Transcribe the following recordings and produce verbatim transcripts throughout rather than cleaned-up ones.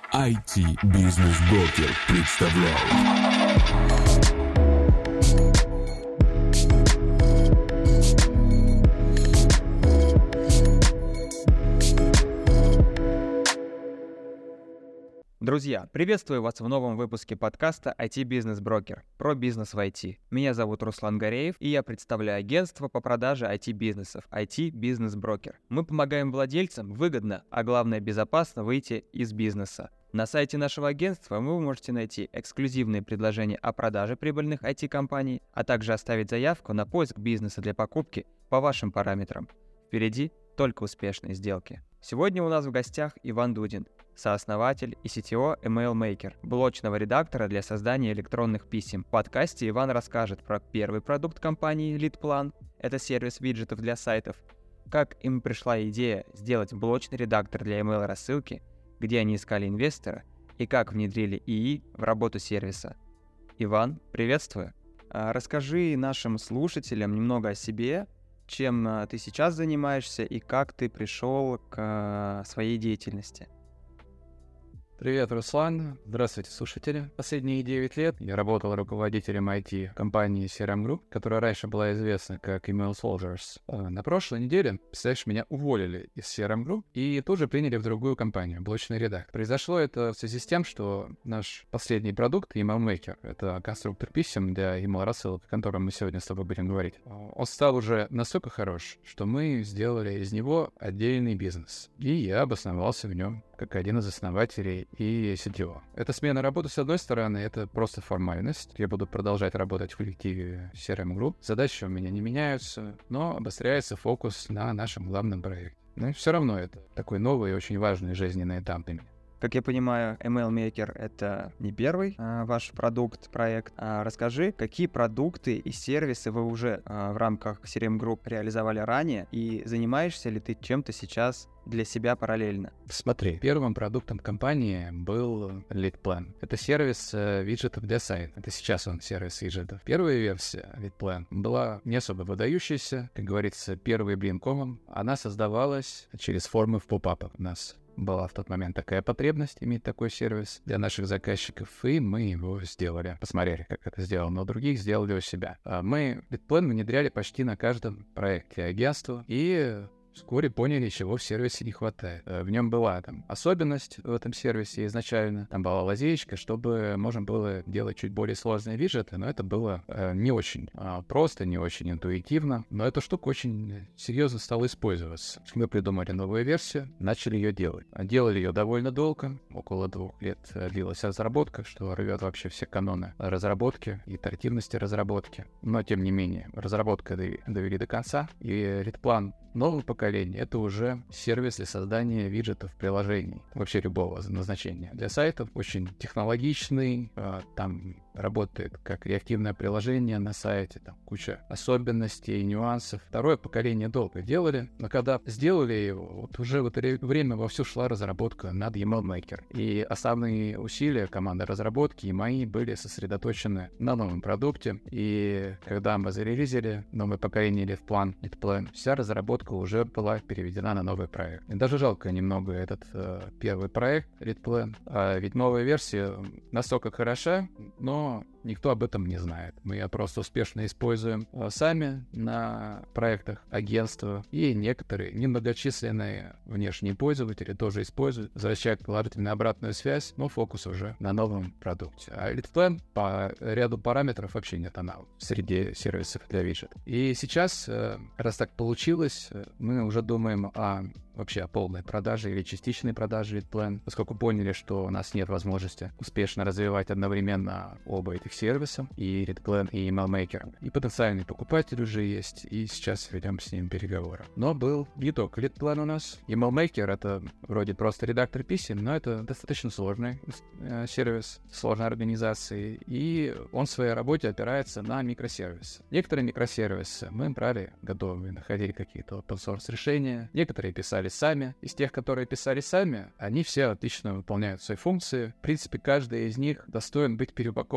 ай ти-бизнес-брокер представляет. Друзья, приветствую вас в новом выпуске подкаста ай ти-бизнес-брокер про бизнес в ай ти. Меня зовут Руслан Гореев, и я представляю агентство по продаже ай ти-бизнесов ай ти-бизнес-брокер. Мы помогаем владельцам выгодно, а главное безопасно выйти из бизнеса. На сайте нашего агентства вы можете найти эксклюзивные предложения о продаже прибыльных ай ти-компаний, а также оставить заявку на поиск бизнеса для покупки по вашим параметрам. Впереди только успешные сделки. Сегодня у нас в гостях Иван Дудин, сооснователь и си ти о Emailmaker, блочного редактора для создания электронных писем. В подкасте Иван расскажет про первый продукт компании LeadPlan, это сервис виджетов для сайтов, как им пришла идея сделать блочный редактор для email-рассылки, где они искали инвестора и как внедрили ИИ в работу сервиса. Иван, приветствую. Расскажи нашим слушателям немного о себе, чем ты сейчас занимаешься и как ты пришел к своей деятельности. Привет, Руслан. Здравствуйте, слушатели. Последние девять лет я работал руководителем ай ти-компании си ар эм Group, которая раньше была известна как Email Soldiers. На прошлой неделе, представляешь, меня уволили из си ар эм Group и тоже приняли в другую компанию, блочный редактор. Произошло это в связи с тем, что наш последний продукт, Emailmaker, это конструктор писем для email-рассылок, о котором мы сегодня с тобой будем говорить, он стал уже настолько хорош, что мы сделали из него отдельный бизнес. И я обосновался в нем как один из основателей и си ти о. Это смена работы, с одной стороны, это просто формальность. Я буду продолжать работать в коллективе си ар эм Group. Задачи у меня не меняются, но обостряется фокус на нашем главном проекте. Но и все равно это такой новый и очень важный жизненный этап для меня. Как я понимаю, Emailmaker — это не первый а, ваш продукт, проект. А расскажи, какие продукты и сервисы вы уже а, в рамках си ар эм Group реализовали ранее, и занимаешься ли ты чем-то сейчас для себя параллельно? Смотри, первым продуктом компании был LeadPlan. Это сервис э, виджетов для сайта. Это сейчас он сервис виджетов. Первая версия LeadPlan была не особо выдающаяся, как говорится, первый блин комом. Она создавалась через формы в попапах. У нас была в тот момент такая потребность иметь такой сервис для наших заказчиков, и мы его сделали. Посмотрели, как это сделано, но других сделали у себя. Мы LeadPlan внедряли почти на каждом проекте агентства, и вскоре поняли, чего в сервисе не хватает. В нем была там особенность в этом сервисе изначально. Там была лазеечка, чтобы можно было делать чуть более сложные виджеты, но это было э, не очень э, просто, не очень интуитивно. Но эта штука очень серьезно стала использоваться. Мы придумали новую версию, начали ее делать. Делали ее довольно долго, около двух лет длилась разработка, что рвет вообще все каноны разработки и итеративности разработки. Но, тем не менее, разработку довели до конца, и LeadPlan нового поколения — это уже сервис для создания виджетов приложений, вообще любого назначения. Для сайтов очень технологичный, там работает как реактивное приложение на сайте, там куча особенностей и нюансов. Второе поколение долго делали, но когда сделали его, вот уже в это время вовсю шла разработка над Emailmaker. И основные усилия команды разработки и мои были сосредоточены на новом продукте. И когда мы зарелизили новое поколение LeadPlan, LeadPlan, вся разработка уже была переведена на новый проект. И даже жалко немного этот э, первый проект LeadPlan, а ведь новая версия настолько хороша, но никто об этом не знает. Мы ее просто успешно используем э, сами на проектах агентства, и некоторые немногочисленные внешние пользователи тоже используют, возвращают положительную обратную связь, но фокус уже на новом продукте. А LeadPlan по ряду параметров вообще нет аналогов среди сервисов для виджетов. И сейчас, э, раз так получилось, мы уже думаем о вообще о полной продаже или частичной продаже LeadPlan, поскольку поняли, что у нас нет возможности успешно развивать одновременно оба этих сервиса, и LeadPlan, и Emailmaker. И потенциальный покупатель уже есть, и сейчас ведем с ним переговоры. Но был не только LeadPlan у нас. Emailmaker — это вроде просто редактор писем, но это достаточно сложный э, сервис, сложной организации, и он в своей работе опирается на микросервисы. Некоторые микросервисы мы брали готовые, находили какие-то open-source решения, некоторые писали сами. Из тех, которые писали сами, они все отлично выполняют свои функции. В принципе, каждый из них достоин быть переупакованным в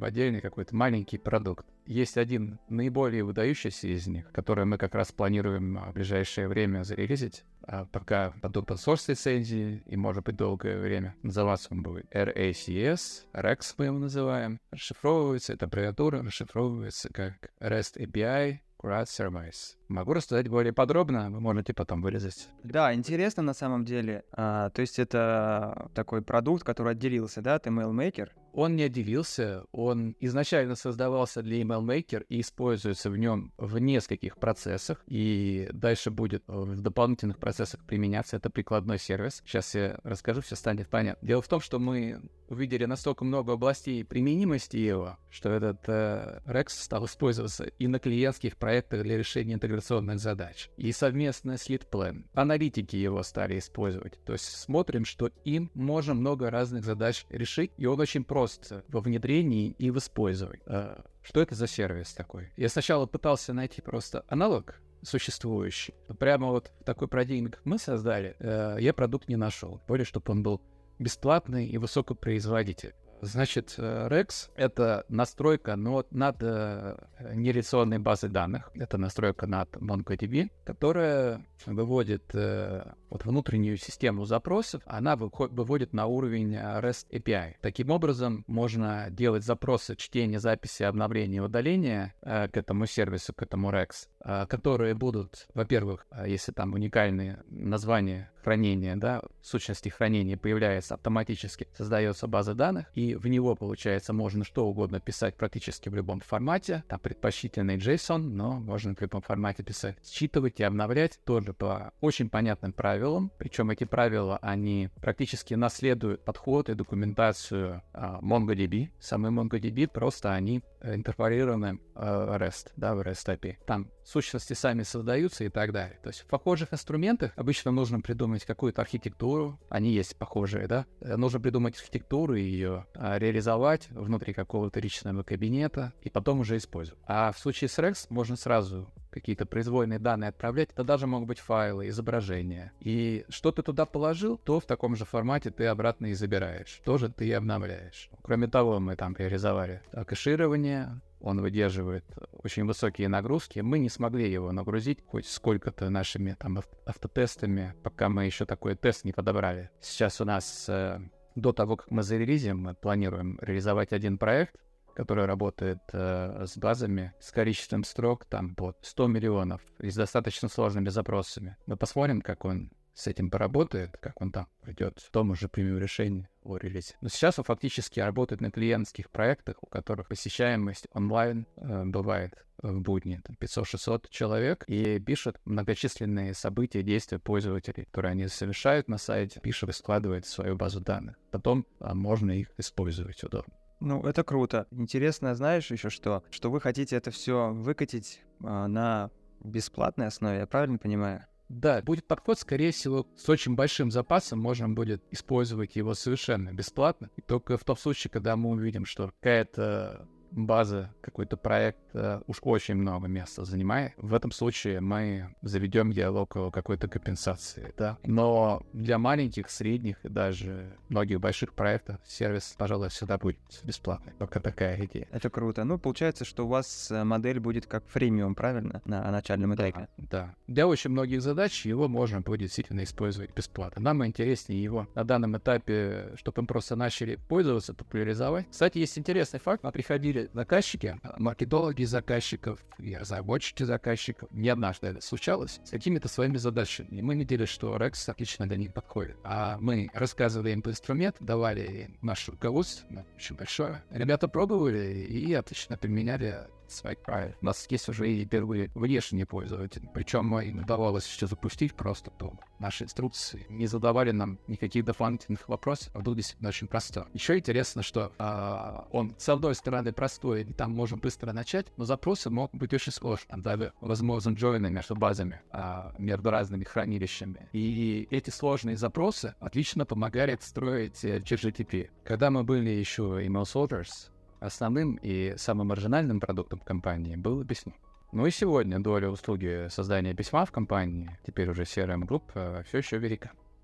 отдельный какой-то маленький продукт. Есть один наиболее выдающийся из них, который мы как раз планируем в ближайшее время зарелизить, а пока под open source лицензии и, может быть, долгое время. Называться он будет эр эй си эс, рекс мы его называем. Расшифровывается, это аббревиатура, расшифровывается как REST эй пи ай CRUD Service. Могу рассказать более подробно, вы можете потом вырезать. Да, интересно на самом деле. А, то есть это такой продукт, который отделился, да, от Email Maker? Он не отделился, он изначально создавался для Email Maker и используется в нем в нескольких процессах, и дальше будет в дополнительных процессах применяться. Это прикладной сервис. Сейчас я расскажу, все станет понятно. Дело в том, что мы увидели настолько много областей применимости его, что этот э, рекс стал использоваться и на клиентских проектах для решения интеграционных задач, и совместно с LeadPlan. Аналитики его стали использовать. То есть смотрим, что им можно много разных задач решить, и он очень прост во внедрении и в использовании. Э, что это за сервис такой? Я сначала пытался найти просто аналог существующий. Прямо вот такой продвинутый, как мы создали, э, я продукт не нашел. Более, чтобы он был бесплатный и высокопроизводительный. Значит, рекс — это настройка над, над э, нереляционной базой данных. Это настройка над MongoDB, которая выводит э, вот внутреннюю систему запросов. Она выход, выводит на уровень REST эй пи ай. Таким образом, можно делать запросы чтения, записи, обновления и удаления э, к этому сервису, к этому рекс, э, которые будут, во-первых, э, если там уникальные названия хранения, да, сущности хранения появляется автоматически, создается база данных, и в него, получается, можно что угодно писать практически в любом формате. Там предпочтительный JSON, но можно в любом формате писать. Считывать и обновлять тоже по очень понятным правилам. Причем эти правила, они практически наследуют подход и документацию а, MongoDB. Самый MongoDB, просто они интерполированы а, REST, да, в REST эй пи ай. Там сущности сами создаются и так далее. То есть в похожих инструментах обычно нужно придумать какую-то архитектуру. Они есть похожие, да. Нужно придумать архитектуру и ее а, реализовать внутри какого-то личного кабинета и потом уже использовать. А в случае с рекс можно сразу какие-то произвольные данные отправлять. Это даже могут быть файлы, изображения. И что ты туда положил, то в таком же формате ты обратно и забираешь. Тоже ты и обновляешь. Кроме того, мы там реализовали кэширование. Он выдерживает очень высокие нагрузки. Мы не смогли его нагрузить хоть сколько-то нашими там автотестами, пока мы еще такой тест не подобрали. Сейчас у нас э, до того, как мы зарелизим, мы планируем реализовать один проект, который работает э, с базами, с количеством строк там под сто миллионов и с достаточно сложными запросами. Мы посмотрим, как он с этим поработает, как он там придет, потом уже примем решение о релизе. Но сейчас он фактически работает на клиентских проектах, у которых посещаемость онлайн э, бывает в будни пятьсот-шестьсот человек, и пишет многочисленные события, действия пользователей, которые они совершают на сайте, пишет и складывает в свою базу данных. Потом а, можно их использовать удобно. Ну, это круто. Интересно, знаешь еще что? Что вы хотите это все выкатить а, на бесплатной основе, я правильно понимаю? Да, будет подход, скорее всего, с очень большим запасом, можно будет использовать его совершенно бесплатно. И только в том случае, когда мы увидим, что какая-то база, какой-то проект uh, уж очень много места занимает, в этом случае мы заведем диалог о какой-то компенсации, да. Но для маленьких, средних и даже многих больших проектов сервис, пожалуй, всегда будет бесплатный. Только такая идея. Это круто. Ну, получается, что у вас модель будет как фримиум, правильно? На начальном этапе. Да, да. Для очень многих задач его можно будет действительно использовать бесплатно. Нам интереснее его на данном этапе, чтобы мы просто начали пользоваться, популяризовать. Кстати, есть интересный факт. Мы приходили заказчики, маркетологи заказчиков и разработчики заказчиков, не однажды это случалось, с какими-то своими задачами. И мы видели, что рекс отлично для них подходит. А мы рассказывали им по инструменту, давали им наше руководство, очень большое. Ребята пробовали и отлично применяли свои правила. У нас есть уже и первые внешние пользователи. Причем им удавалось еще запустить просто то. Наши инструкции не задавали нам никаких дополнительных вопросов, а было действительно очень просто. Еще интересно, что а, он с одной стороны простой, и там можно быстро начать, но запросы могут быть очень сложными. Даже возможно джойны между базами, а, между разными хранилищами. И эти сложные запросы отлично помогали строить джи джи ти пи. Когда мы были еще Email Soldiers, основным и самым маржинальным продуктом компании было письмо. Ну и сегодня доля услуги создания письма в компании, теперь уже си ар эм Group, все еще велика.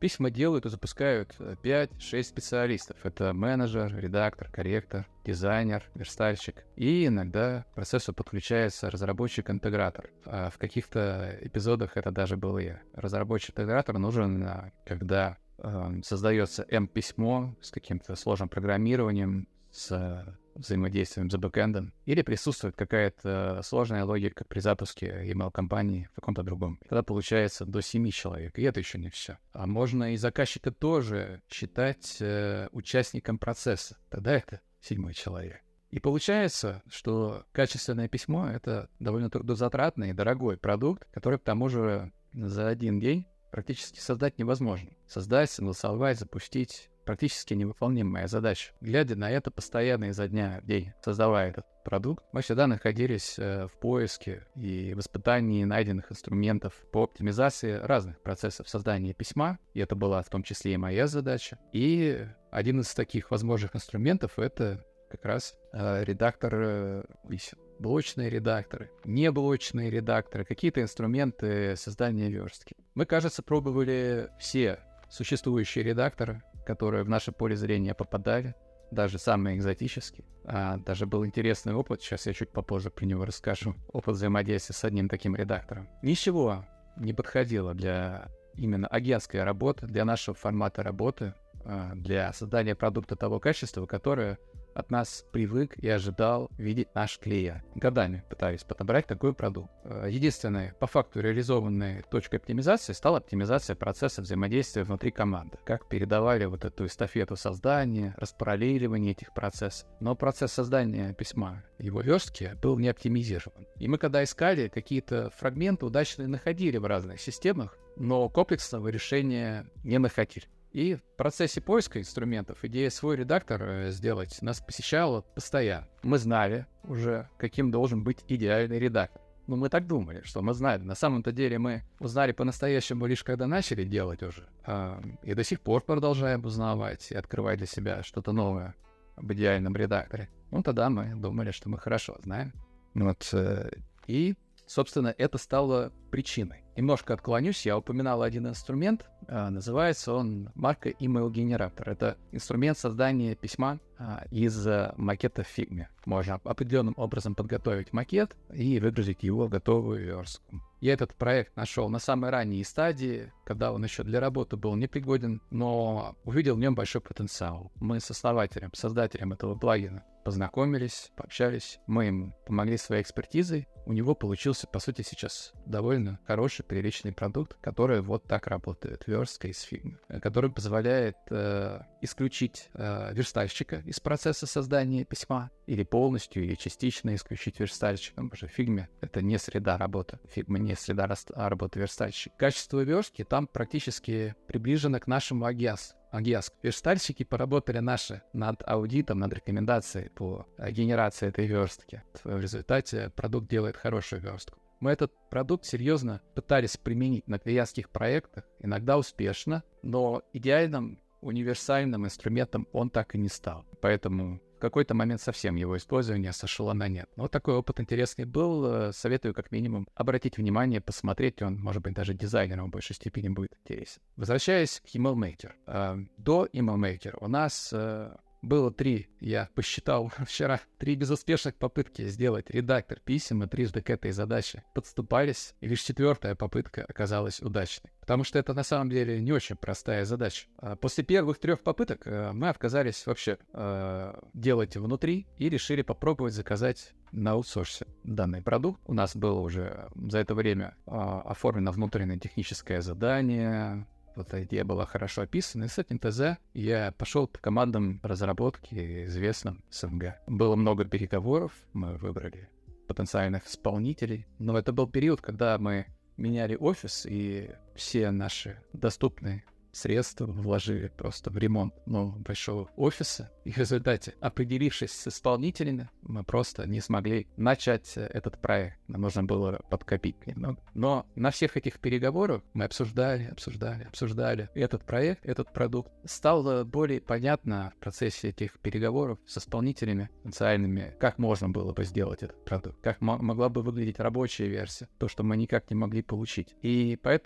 Письма делают и запускают пять-шесть специалистов. Это менеджер, редактор, корректор, дизайнер, верстальщик. И иногда к процессу подключается разработчик-интегратор. А в каких-то эпизодах это даже был я. Разработчик-интегратор нужен, когда э, создается эм-письмо с каким-то сложным программированием, с взаимодействием с бэкэндом, или присутствует какая-то сложная логика при запуске email-компании в каком-то другом. Тогда получается до семи человек, и это еще не все. А можно и заказчика тоже считать э, участником процесса. Тогда это седьмой человек. И получается, что качественное письмо — это довольно трудозатратный и дорогой продукт, который, к тому же, за один день практически создать невозможно. Создать, согласовать, запустить — практически невыполнимая задача. Глядя на это постоянно изо дня в день, создавая этот продукт, мы всегда находились э, в поиске и в испытании найденных инструментов по оптимизации разных процессов создания письма, и это была в том числе и моя задача. И один из таких возможных инструментов — это как раз э, редактор э, писем. Блочные редакторы, неблочные редакторы, какие-то инструменты создания верстки. Мы, кажется, пробовали все существующие редакторы, которые в наше поле зрения попадали, даже самые экзотические. А, даже был интересный опыт, сейчас я чуть попозже про него расскажу, опыт взаимодействия с одним таким редактором. Ничего не подходило для именно агентской работы, для нашего формата работы, а, для создания продукта того качества, которое от нас привык и ожидал видеть наш клиент. Годами пытались подобрать такой продукт. Единственной, по факту реализованной точкой оптимизации стала оптимизация процесса взаимодействия внутри команды. Как передавали вот эту эстафету создания, распараллеливания этих процессов. Но процесс создания письма, его верстки, был не оптимизирован. И мы, когда искали, какие-то фрагменты удачно находили в разных системах, но комплексного решения не находили. И в процессе поиска инструментов идея свой редактор сделать нас посещала постоянно. Мы знали уже, каким должен быть идеальный редактор. Ну, мы так думали, что мы знали. На самом-то деле мы узнали по-настоящему лишь когда начали делать уже. А, и до сих пор продолжаем узнавать и открывать для себя что-то новое об идеальном редакторе. Ну, тогда мы думали, что мы хорошо знаем. Вот, э, и, собственно, это стало причиной. Немножко отклонюсь, я упоминал один инструмент, а, называется он марка Email Generator. Это инструмент создания письма а, из а, макета в Figma. Можно определенным образом подготовить макет и выгрузить его в готовую верстку. Я этот проект нашел на самой ранней стадии, когда он еще для работы был непригоден, но увидел в нем большой потенциал. Мы с основателем, создателем этого плагина познакомились, пообщались, мы ему помогли своей экспертизой. У него получился, по сути, сейчас довольно хороший, приличный продукт, который вот так работает, верстка из Figma, который позволяет э, исключить э, верстальщика из процесса создания письма, или полностью, или частично исключить верстальщика, потому что в Figma это не среда работы, Figma не среда работы верстальщика. Качество верстки там практически приближено к нашему агентству. Агиаск. Верстальщики поработали наши над аудитом, над рекомендацией по генерации этой верстки. В результате продукт делает хорошую верстку. Мы этот продукт серьезно пытались применить на клиентских проектах, иногда успешно, но идеальным универсальным инструментом он так и не стал. Поэтому в какой-то момент совсем его использование сошло на нет. Но такой опыт интересный был. Советую как минимум обратить внимание, посмотреть. Он, может быть, даже дизайнерам в большей степени будет интересен. Возвращаясь к EmailMaker. До EmailMaker у нас было три, я посчитал вчера, три безуспешных попытки сделать редактор писем, и трижды к этой задаче подступались, и лишь четвертая попытка оказалась удачной. Потому что это на самом деле не очень простая задача. После первых трех попыток мы отказались вообще э, делать внутри и решили попробовать заказать на аутсорсе данный продукт. У нас было уже за это время э, оформлено внутреннее техническое задание. Вот эта идея была хорошо описана, и с этим ТЗ я пошел по командам разработки известным СНГ. Было много переговоров, мы выбрали потенциальных исполнителей, но это был период, когда мы меняли офис, и все наши доступные средства вложили просто в ремонт нового большого офиса. И в результате, определившись с исполнителями, мы просто не смогли начать этот проект. Нам нужно было подкопить немного. Но на всех этих переговорах мы обсуждали, обсуждали, обсуждали этот проект, этот продукт. Стало более понятно в процессе этих переговоров с исполнителями потенциальными, как можно было бы сделать этот продукт, как м- могла бы выглядеть рабочая версия, то, что мы никак не могли получить. И поэтому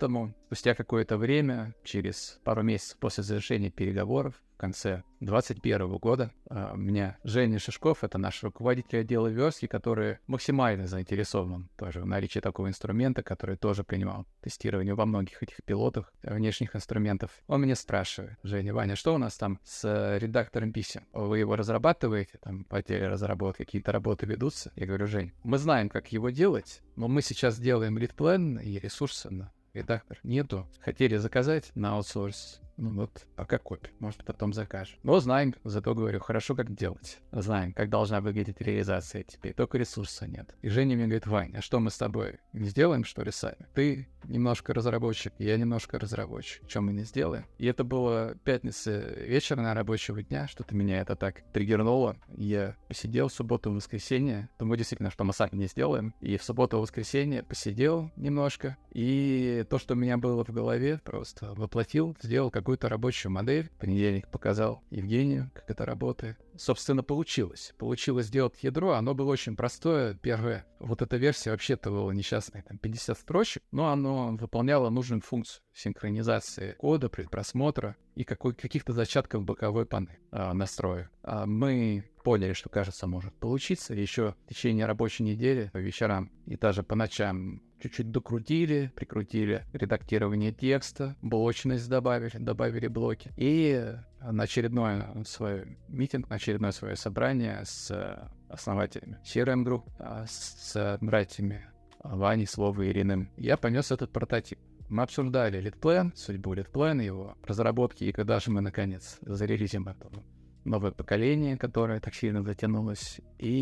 спустя какое-то время, через пару месяцев после завершения переговоров, в конце двадцать первого года, у меня Женя Шишков, это наш руководитель отдела верстки, который максимально заинтересован тоже в наличии такого инструмента, который тоже принимал тестирование во многих этих пилотах внешних инструментов. Он меня спрашивает: Женя, Ваня, что у нас там с редактором писем? Вы его разрабатываете? Там по отделе разработки какие-то работы ведутся? Я говорю: Жень, мы знаем, как его делать, но мы сейчас делаем лид-план и ресурсы на редактор нету. Хотели заказать на аутсорс. Ну вот, пока копия. Может, потом закажем. Но знаем, зато говорю, хорошо, как делать. Знаем, как должна выглядеть реализация теперь. Только ресурса нет. И Женя мне говорит: Вань, а что мы с тобой не сделаем, что ли, сами? Ты немножко разработчик, я немножко разработчик. Что мы не сделаем? И это было пятница вечер на рабочего дня. Что-то меня это так триггернуло. Я посидел в субботу, в воскресенье. Думаю, действительно, что мы сами не сделаем. И в субботу, в воскресенье посидел немножко. И то, что у меня было в голове, просто воплотил, сделал как какую-то рабочую модель. В понедельник показал Евгению, как это работает. Собственно, получилось. Получилось сделать ядро. Оно было очень простое. Первое, вот эта версия вообще-то была несчастная, там, пятьдесят строчек, но оно выполняло нужную функцию синхронизации кода, предпросмотра и какой- каких-то зачатков боковой панели а, настроек. А мы поняли, что, кажется, может получиться. Еще в течение рабочей недели по вечерам и даже по ночам чуть-чуть докрутили, прикрутили редактирование текста, блочность добавили, добавили блоки. И на очередной свой митинг, на очередное свое собрание с основателями си ар эм-групп, с братьями Ваней, Словой и Ириной, я понес этот прототип. Мы обсуждали лид-план, судьбу лид-плана, его разработки, и когда же мы, наконец, зарелизим это новое поколение, которое так сильно затянулось.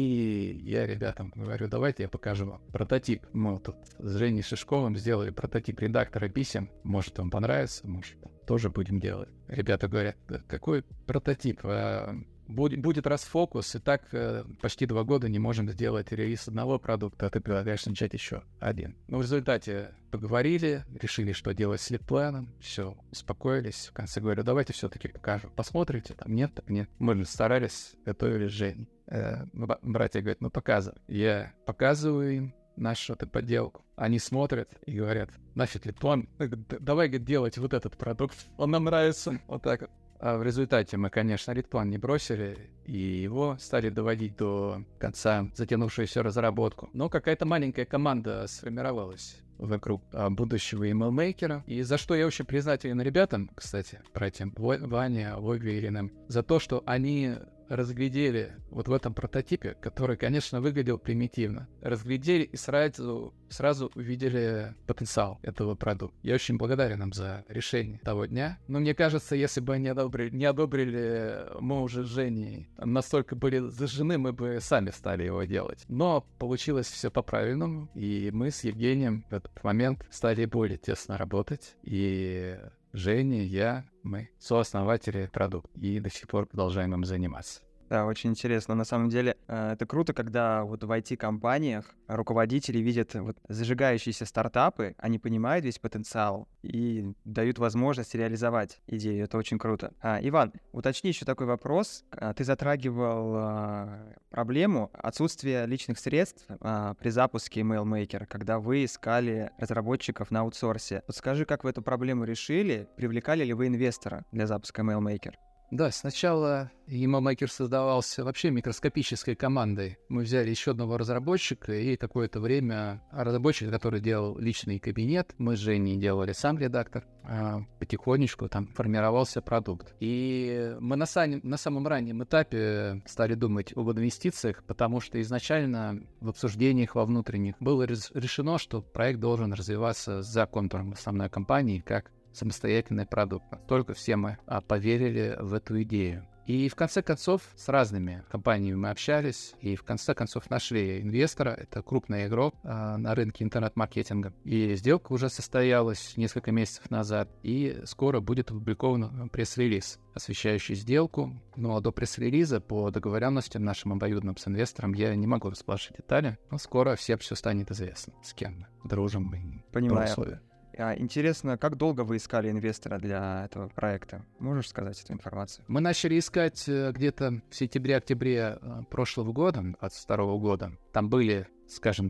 И я ребятам говорю: давайте я покажу вам прототип. Мы тут с Женей Шишковым сделали прототип редактора писем. Может, вам понравится, может, тоже будем делать. Ребята говорят: да, какой прототип? А, будет, будет расфокус, и так э, почти два года не можем сделать релиз одного продукта, а ты предлагаешь начать еще один. Но в результате поговорили, решили, что делать с лид-планом, все, успокоились. В конце говорю: давайте все-таки покажу. Посмотрите, там нет, так нет. Мы же старались, готовили с Женей. Э, братья говорят: ну показывай. Я показываю им нашу эту подделку. Они смотрят и говорят: нафиг лид-план, давай, говорит, делать вот этот продукт, он нам нравится. Вот так вот. А в результате мы, конечно, лид-план не бросили, и его стали доводить до конца затянувшуюся разработку. Но какая-то маленькая команда сформировалась вокруг а, будущего email-мейкера. И за что я очень признателен ребятам, кстати, братьям Ване, Вове и Ирине, за то, что они разглядели вот в этом прототипе, который, конечно, выглядел примитивно, разглядели и сразу, сразу увидели потенциал этого продукта. Я очень благодарен им за решение того дня. Но мне кажется, если бы они одобрили, не одобрили, мы уже с Женей настолько были зажжены, мы бы сами стали его делать. Но получилось все по-правильному, и мы с Евгением в этот момент стали более тесно работать, и Женя, я, мы сооснователи продукта, и до сих пор продолжаем им заниматься. Да, очень интересно. На самом деле, это круто, когда вот в ай ти-компаниях руководители видят вот зажигающиеся стартапы, они понимают весь потенциал и дают возможность реализовать идею. Это очень круто. А, Иван, уточни еще такой вопрос. Ты затрагивал а, проблему отсутствия личных средств а, при запуске email-maker, когда вы искали разработчиков на аутсорсе. Вот скажи, как вы эту проблему решили? Привлекали ли вы инвестора для запуска email-maker? Да, сначала email-maker создавался вообще микроскопической командой. Мы взяли еще одного разработчика, и какое-то время разработчик, который делал личный кабинет, мы с Женей делали сам редактор, а потихонечку там формировался продукт. И мы на, сам, на самом раннем этапе стали думать об инвестициях, потому что изначально в обсуждениях во внутренних было решено, что проект должен развиваться за контуром основной компании, как самостоятельный продукт. Только все мы а, поверили в эту идею. И в конце концов с разными компаниями мы общались, и в конце концов нашли инвестора. Это крупный игрок а, на рынке интернет-маркетинга. И сделка уже состоялась несколько месяцев назад, и скоро будет опубликован пресс-релиз, освещающий сделку. Но до пресс-релиза по договоренностям нашим обоюдным с инвестором я не могу расплашивать детали, но скоро всем все станет известно, с кем мы дружим и понимаю. Интересно, как долго вы искали инвестора для этого проекта? Можешь сказать эту информацию? Мы начали искать где-то в сентябре-октябре прошлого года, двадцать второго года. Там были, скажем так,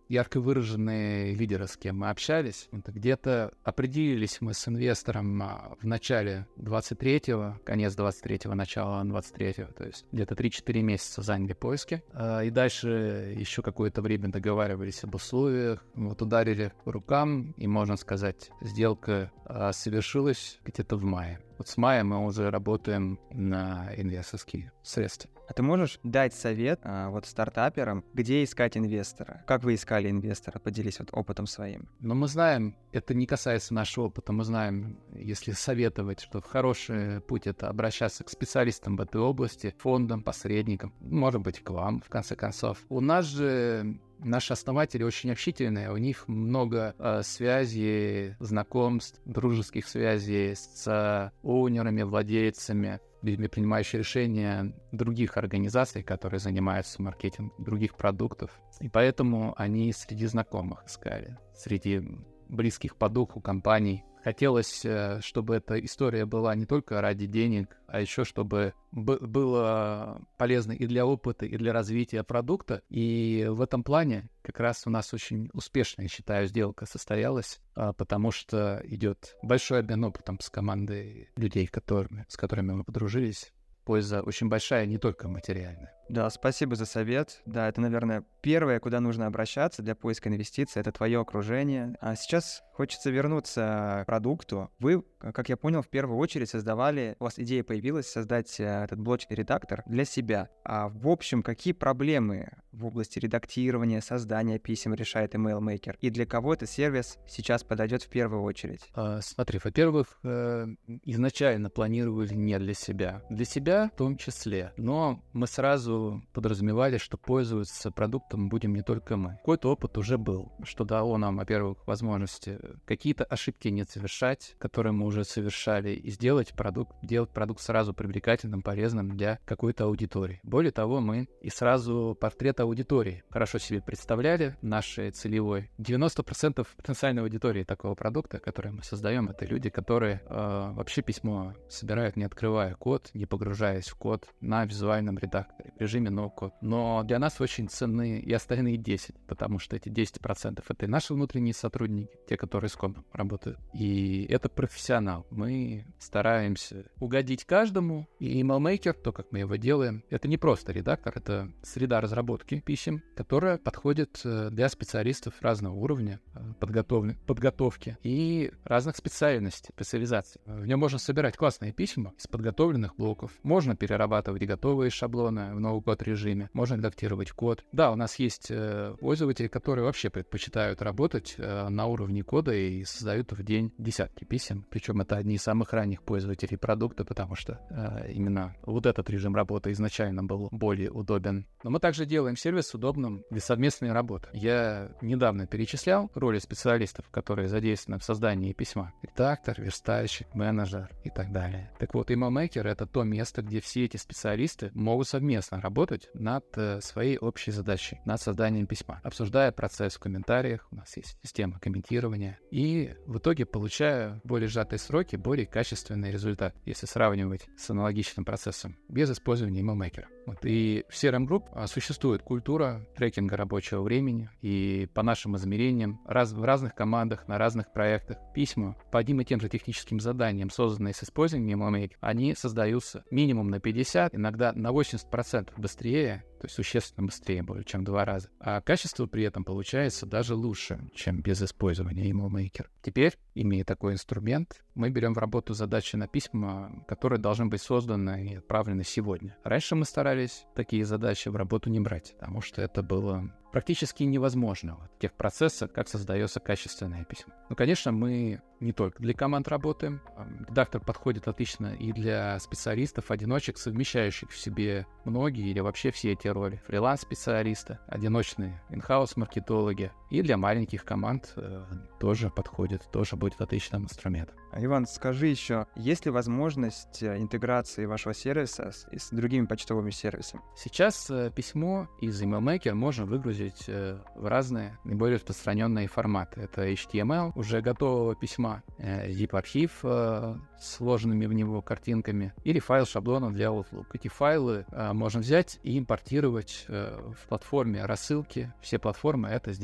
ярко выраженные лидеры, с кем мы общались. Это где-то определились мы с инвестором в начале двадцать третьего, конец двадцать третьего, начало двадцать третьего, то есть где-то три-четыре месяца заняли поиски. И дальше еще какое-то время договаривались об условиях, вот ударили по рукам, и, можно сказать, сделка совершилась где-то в мае. Вот с мая мы уже работаем на инвесторские средства. А ты можешь дать совет а, вот стартаперам, где искать инвестора? Как вы искали инвестора? Поделись вот опытом своим. Но мы знаем, это не касается нашего опыта, мы знаем, если советовать, что хороший путь — это обращаться к специалистам в этой области, фондам, посредникам, может быть, к вам, в конце концов. У нас же наши основатели очень общительные, у них много э, связей, знакомств, дружеских связей с оунерами, владельцами, людьми, принимающими решения других организаций, которые занимаются маркетингом других продуктов. И поэтому они среди знакомых искали, среди близких по духу компаний. Хотелось, чтобы эта история была не только ради денег, а еще чтобы б- было полезно и для опыта, и для развития продукта. И в этом плане как раз у нас очень успешная, я считаю, сделка состоялась, потому что идет большой обмен опытом с командой людей, которыми, с которыми мы подружились. Польза очень большая, не только материальная. Да, спасибо за совет. Да, это, наверное, первое, куда нужно обращаться для поиска инвестиций, это твое окружение. А сейчас хочется вернуться к продукту. Вы, как я понял, в первую очередь создавали, у вас идея появилась создать этот блочный редактор для себя. А в общем, какие проблемы в области редактирования, создания писем решает EmailMaker? И для кого этот сервис сейчас подойдет в первую очередь? А, смотри, во-первых, э, изначально планировали не для себя. Для себя в том числе. Но мы сразу подразумевали, что пользоваться продуктом будем не только мы. Какой-то опыт уже был, что дало нам, во-первых, возможности какие-то ошибки не совершать, которые мы уже совершали, и сделать продукт, делать продукт сразу привлекательным, полезным для какой-то аудитории. Более того, мы и сразу портрет аудитории хорошо себе представляли, нашей целевой. девяносто процентов потенциальной аудитории такого продукта, который мы создаем, это люди, которые э, вообще письмо собирают, не открывая код, не погружаясь в код на визуальном редакторе, в режиме no-code. Но для нас очень ценны и остальные десять, потому что эти десять процентов это и наши внутренние сотрудники, те, которые с кодом работают. И это профессионал. Мы стараемся угодить каждому. И EmailMaker, то, как мы его делаем, это не просто редактор, это среда разработки писем, которая подходит для специалистов разного уровня подготовки, подготовки и разных специальностей, специализаций. В нем можно собирать классные письма из подготовленных блоков, можно перерабатывать готовые шаблоны в no-code режиме, можно редактировать код. Да, у нас есть э, пользователи, которые вообще предпочитают работать э, на уровне кода и создают в день десятки писем. Причем это одни из самых ранних пользователей продукта, потому что э, именно вот этот режим работы изначально был более удобен. Но мы также делаем сервис удобным для совместной работы. Я недавно перечислял роли специалистов, которые задействованы в создании письма. Редактор, верстальщик, менеджер и так далее. Так вот, EmailMaker — это то место, где все эти специалисты могут совместно работать над э, своей общей задачей, над созданием письма, обсуждая процесс в комментариях, у нас есть система комментирования, и в итоге получая более сжатые сроки, более качественный результат, если сравнивать с аналогичным процессом, без использования EmailMaker. Вот. И в си ар эм Group а, существует культура трекинга рабочего времени, и по нашим измерениям раз, в разных командах, на разных проектах письма по одним и тем же техническим заданиям, созданные с использованием EmailMaker, они создаются минимум на пятьдесят, иногда на восемьдесят процентов быстрее, то есть существенно быстрее, более чем в два раза. А качество при этом получается даже лучше, чем без использования EmailMaker. Теперь, имея такой инструмент, мы берем в работу задачи на письма, которые должны быть созданы и отправлены сегодня. Раньше мы старались такие задачи в работу не брать, потому что это было практически невозможно в тех процессах, как создается качественное письмо. Ну, конечно, мы не только для команд работаем. Редактор подходит отлично и для специалистов, одиночек, совмещающих в себе многие или вообще все эти роли. Фриланс-специалисты, одиночные инхаус-маркетологи. И для маленьких команд э, тоже подходит, тоже будет отличным инструментом. Иван, скажи еще, есть ли возможность интеграции вашего сервиса с, с другими почтовыми сервисами? Сейчас э, письмо из EmailMaker можно выгрузить э, в разные наиболее распространенные форматы. Это эйч ти эм эл, уже готового письма, э, zip-архив э, с вложенными в него картинками, или файл шаблона для Outlook. Эти файлы э, можно взять и импортировать э, в платформе рассылки. Все платформы это сделать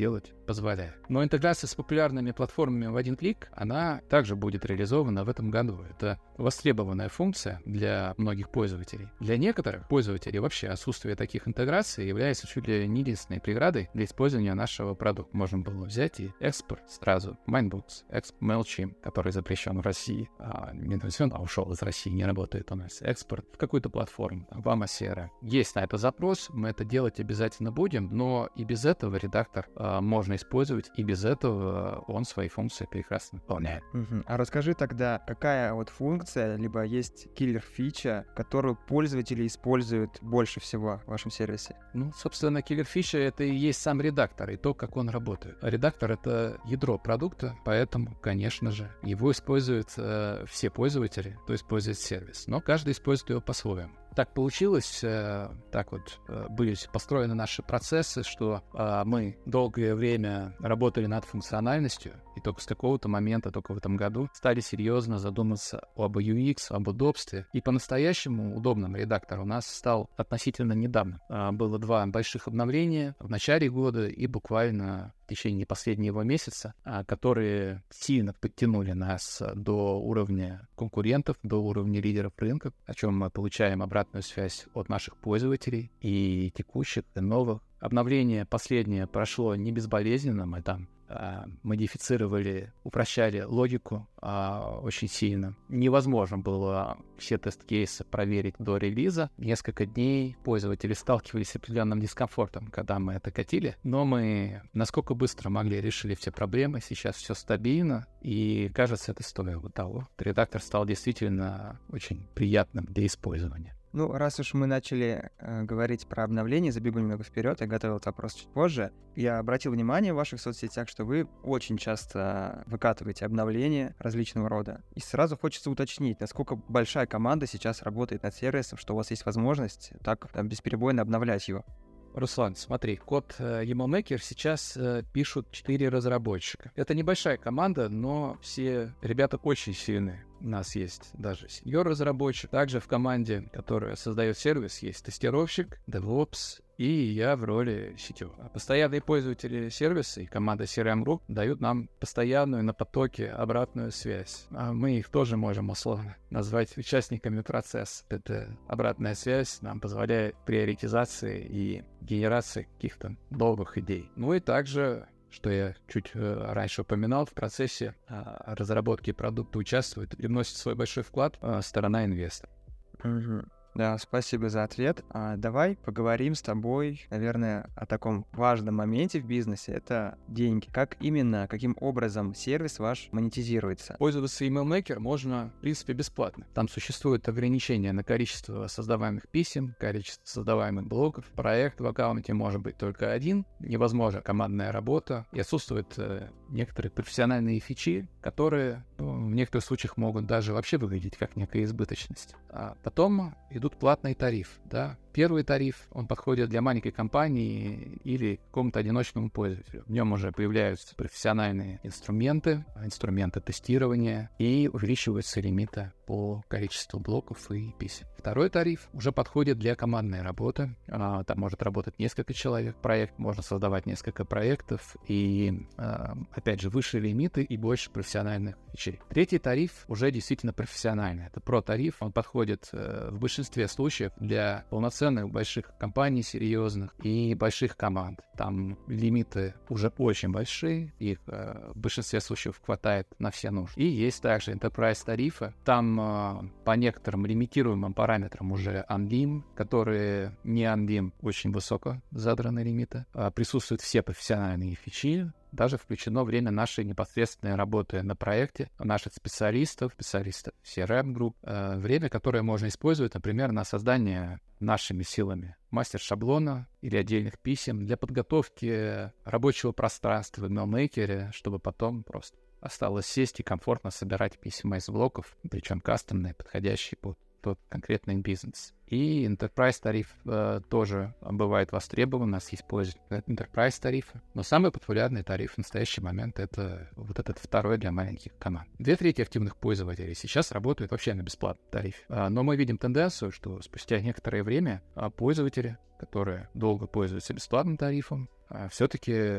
позволяет. Но интеграция с популярными платформами в один клик, она также будет реализована в этом году. Это востребованная функция для многих пользователей. Для некоторых пользователей вообще отсутствие таких интеграций является чуть ли не единственной преградой для использования нашего продукта. Можно было взять и экспорт сразу. Mindbooks, экспорт MailChimp, который запрещен в России, а не запрещен, а ушел из России, не работает у нас. Экспорт в какую-то платформу, там, в Amazon. Есть на это запрос, мы это делать обязательно будем, но и без этого редактор а, можно использовать, и без этого он свои функции прекрасно выполняет. Угу. А расскажи тогда, какая вот функция, либо есть киллер-фича, которую пользователи используют больше всего в вашем сервисе? Ну, собственно, киллер-фича — это и есть сам редактор, и то, как он работает. Редактор — это ядро продукта, поэтому, конечно же, его используют э, все пользователи, кто использует сервис, но каждый использует его по-своему. Так получилось, э, так вот э, были построены наши процессы, что э, мы долгое время работали над функциональностью, и только с какого-то момента, только в этом году, стали серьезно задуматься об ю экс, об удобстве. И по-настоящему удобным редактор у нас стал относительно недавно. Э, было два больших обновления в начале года и буквально в течение последнего месяца, э, которые сильно подтянули нас до уровня конкурентов, до уровня лидеров рынка, о чем мы получаем обратно связь от наших пользователей и текущих, и новых. Обновление последнее прошло не безболезненно, мы там э, модифицировали, упрощали логику э, очень сильно. Невозможно было все тест-кейсы проверить до релиза. Несколько дней пользователи сталкивались с определенным дискомфортом, когда мы это катили, но мы насколько быстро могли, решили все проблемы, сейчас все стабильно, и кажется, это стоило того. Редактор стал действительно очень приятным для использования. Ну, раз уж мы начали э, говорить про обновление, забегу немного вперед, я готовил этот вопрос чуть позже. Я обратил внимание в ваших соцсетях, что вы очень часто выкатываете обновления различного рода. И сразу хочется уточнить, насколько большая команда сейчас работает над сервисом, что у вас есть возможность так там, бесперебойно обновлять его. Руслан, смотри, код э, EmailMaker сейчас э, пишут четыре разработчика. Это небольшая команда, но все ребята очень сильные. У нас есть даже сеньор-разработчик. Также в команде, которая создает сервис, есть тестировщик, DevOps и я в роли сетевого. Постоянные пользователи сервиса и команда си ар эм Group дают нам постоянную на потоке обратную связь. А мы их тоже можем условно назвать участниками процесса. Эта обратная связь нам позволяет приоритизации и генерации каких-то новых идей. Ну и также, что я чуть э, раньше упоминал, в процессе э, разработки продукта участвует и вносит свой большой вклад э, сторона инвестора. Угу. Да, спасибо за ответ. А давай поговорим с тобой, наверное, о таком важном моменте в бизнесе. Это деньги. Как именно, каким образом сервис ваш монетизируется? Пользоваться EmailMaker можно, в принципе, бесплатно. Там существует ограничение на количество создаваемых писем, количество создаваемых блоков. Проект в аккаунте может быть только один. Невозможна командная работа. И отсутствуют э, некоторые профессиональные фичи, которые ну, в некоторых случаях могут даже вообще выглядеть как некая избыточность. А потом идут платный тариф, да. Первый тариф, он подходит для маленькой компании или какому-то одиночному пользователю. В нем уже появляются профессиональные инструменты, инструменты тестирования, и увеличиваются лимиты по количеству блоков и писем. Второй тариф уже подходит для командной работы. А, там может работать несколько человек. Проект можно создавать несколько проектов, и, а, опять же, выше лимиты и больше профессиональных фичей. Третий тариф уже действительно профессиональный. Это про-тариф. Он подходит а, в большинстве случаев для полноценных больших компаний, серьезных и больших команд. Там лимиты уже очень большие, их э, в большинстве случаев хватает на все нужды. И есть также enterprise тарифы. Там э, по некоторым лимитируемым параметрам уже unlim, которые не unlim, очень высоко задраны лимиты. Э, присутствуют все профессиональные фичи. Даже включено время нашей непосредственной работы на проекте, наших специалистов, специалистов си ар эм Group, э, время, которое можно использовать, например, на создание нашими силами мастер-шаблона или отдельных писем для подготовки рабочего пространства в EmailMaker, чтобы потом просто осталось сесть и комфортно собирать письма из блоков, причем кастомные, подходящие под тот конкретный бизнес. И enterprise тариф э, тоже бывает востребован, у нас есть пользователи enterprise тарифа, но самый популярный тариф в настоящий момент это вот этот второй для маленьких команд. Две трети активных пользователей сейчас работают вообще на бесплатном тарифе, э, но мы видим тенденцию, что спустя некоторое время э, пользователи, которые долго пользуются бесплатным тарифом, э, все-таки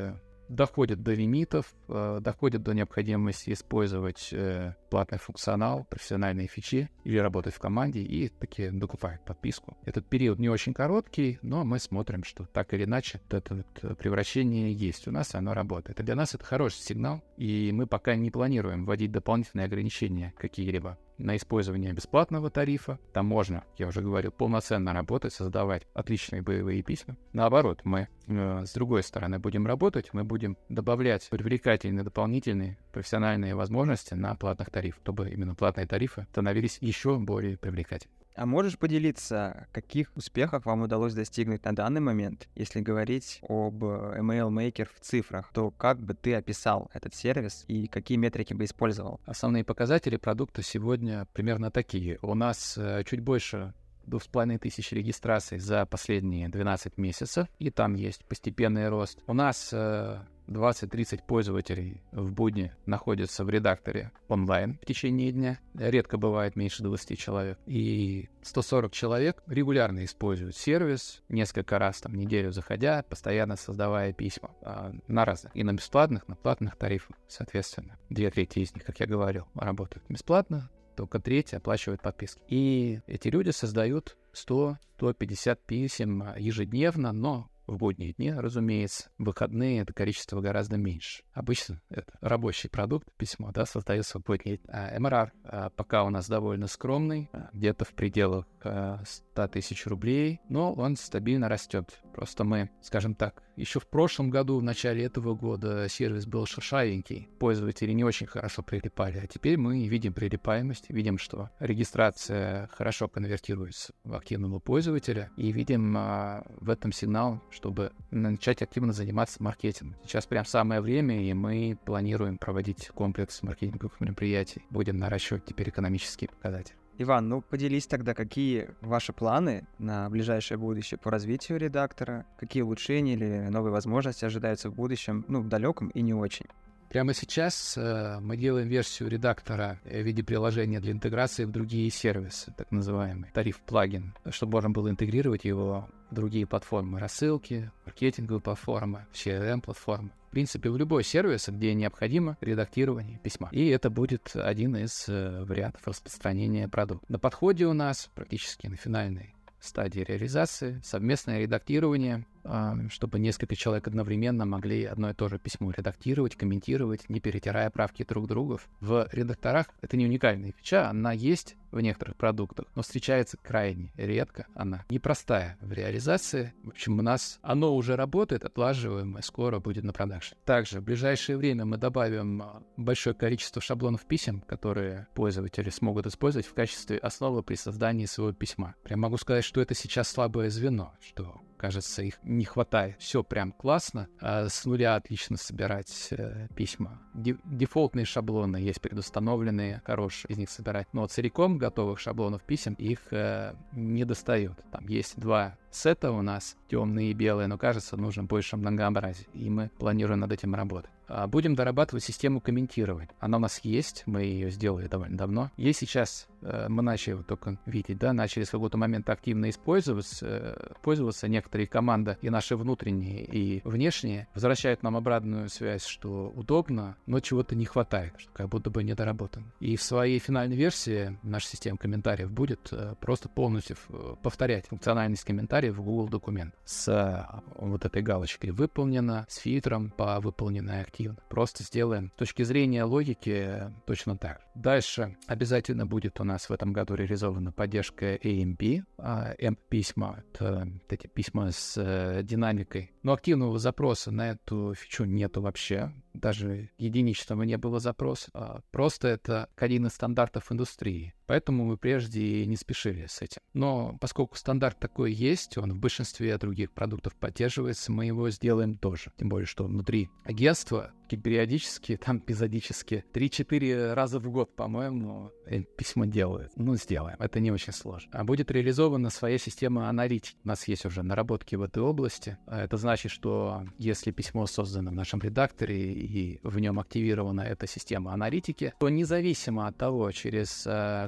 доходит до лимитов, э, доходит до необходимости использовать э, платный функционал, профессиональные фичи или работать в команде и таки докупают подписку. Этот период не очень короткий, но мы смотрим, что так или иначе вот это вот превращение есть у нас, оно работает. И для нас это хороший сигнал, и мы пока не планируем вводить дополнительные ограничения какие-либо на использование бесплатного тарифа. Там можно, я уже говорил, полноценно работать, создавать отличные боевые письма. Наоборот, мы э, с другой стороны будем работать, мы будем добавлять привлекательные дополнительные профессиональные возможности на платных тарифах, чтобы именно платные тарифы становились еще более привлекательными. А можешь поделиться, каких успехов вам удалось достигнуть на данный момент? Если говорить об эм эл Maker в цифрах, то как бы ты описал этот сервис и какие метрики бы использовал? Основные показатели продукта сегодня примерно такие. У нас э, чуть больше две с половиной тысячи регистраций за последние двенадцать месяцев, и там есть постепенный рост. У нас э, двадцать-тридцать пользователей в будни находятся в редакторе онлайн в течение дня. Редко бывает меньше двадцати человек. И сто сорок человек регулярно используют сервис, несколько раз там в неделю заходя, постоянно создавая письма а, на разных. И на бесплатных, на платных тарифах, соответственно. Две трети из них, как я говорил, работают бесплатно, только треть оплачивают подписки. И эти люди создают сто - сто пятьдесят писем ежедневно, но в будние дни, разумеется, в выходные это количество гораздо меньше. Обычно это рабочий продукт, письмо, да, создается в будние дни. А эм эр ар а, пока у нас довольно скромный, а, где-то в пределах а, ста тысяч рублей, но он стабильно растет. Просто мы, скажем так, еще в прошлом году, в начале этого года сервис был шершавенький, пользователи не очень хорошо прилипали, а теперь мы видим прилипаемость, видим, что регистрация хорошо конвертируется в активного пользователя, и видим а, в этом сигнал, чтобы начать активно заниматься маркетингом. Сейчас прям самое время, и мы планируем проводить комплекс маркетинговых мероприятий. Будем наращивать теперь экономические показатели. Иван, ну поделись тогда, какие ваши планы на ближайшее будущее по развитию редактора, какие улучшения или новые возможности ожидаются в будущем, ну, в далеком и не очень. Прямо сейчас э, мы делаем версию редактора в виде приложения для интеграции в другие сервисы, так называемый тариф-плагин, чтобы можно было интегрировать его в другие платформы рассылки, маркетинговые платформы, си эр эм-платформы. В принципе, в любой сервис, где необходимо редактирование письма. И это будет один из э, вариантов распространения продукта. На подходе у нас практически на финальной стадии реализации совместное редактирование, чтобы несколько человек одновременно могли одно и то же письмо редактировать, комментировать, не перетирая правки друг друга. В редакторах это не уникальная фича, она есть в некоторых продуктах, но встречается крайне редко. Она непростая в реализации. В общем, у нас оно уже работает, отлаживаем, и скоро будет на продакшн. Также в ближайшее время мы добавим большое количество шаблонов писем, которые пользователи смогут использовать в качестве основы при создании своего письма. Прям могу сказать, что это сейчас слабое звено, что кажется, их не хватает. Все прям классно. А с нуля отлично собирать э, письма. Ди- дефолтные шаблоны есть предустановленные, хорошие из них собирать. Но целиком готовых шаблонов писем их э, не достает. Там есть два сета у нас, темные и белые, но кажется, нужно больше многообразия. И мы планируем над этим работать. А будем дорабатывать систему комментирования. Она у нас есть, мы ее сделали довольно давно. Ей сейчас э, мы начали вот только видеть, да, начали с какого-то момента активно использоваться, э, пользоваться. Некоторые команды, и наши внутренние, и внешние, возвращают нам обратную связь, что удобно, но чего-то не хватает, что как будто бы недоработано. И в своей финальной версии наша система комментариев будет э, просто полностью повторять функциональность комментариев в Google документ с э, вот этой галочкой «Выполнено», с фильтром по «Выполненной активно». Просто сделаем с точки зрения логики точно так. Дальше обязательно будет у нас в этом году реализована поддержка эй эм пи. А эм пи-письма — это эти письма с э, динамикой. Но активного запроса на эту фичу нету вообще. Даже единичного не было запроса. А просто это один из стандартов индустрии. Поэтому мы прежде не спешили с этим. Но поскольку стандарт такой есть, он в большинстве других продуктов поддерживается, мы его сделаем тоже. Тем более, что внутри агентства периодически, там эпизодически, три-четыре раза в год, по-моему, письмо делают. Ну, сделаем. Это не очень сложно. А будет реализована своя система аналитики. У нас есть уже наработки в этой области. Это значит, что если письмо создано в нашем редакторе и в нем активирована эта система аналитики, то независимо от того, через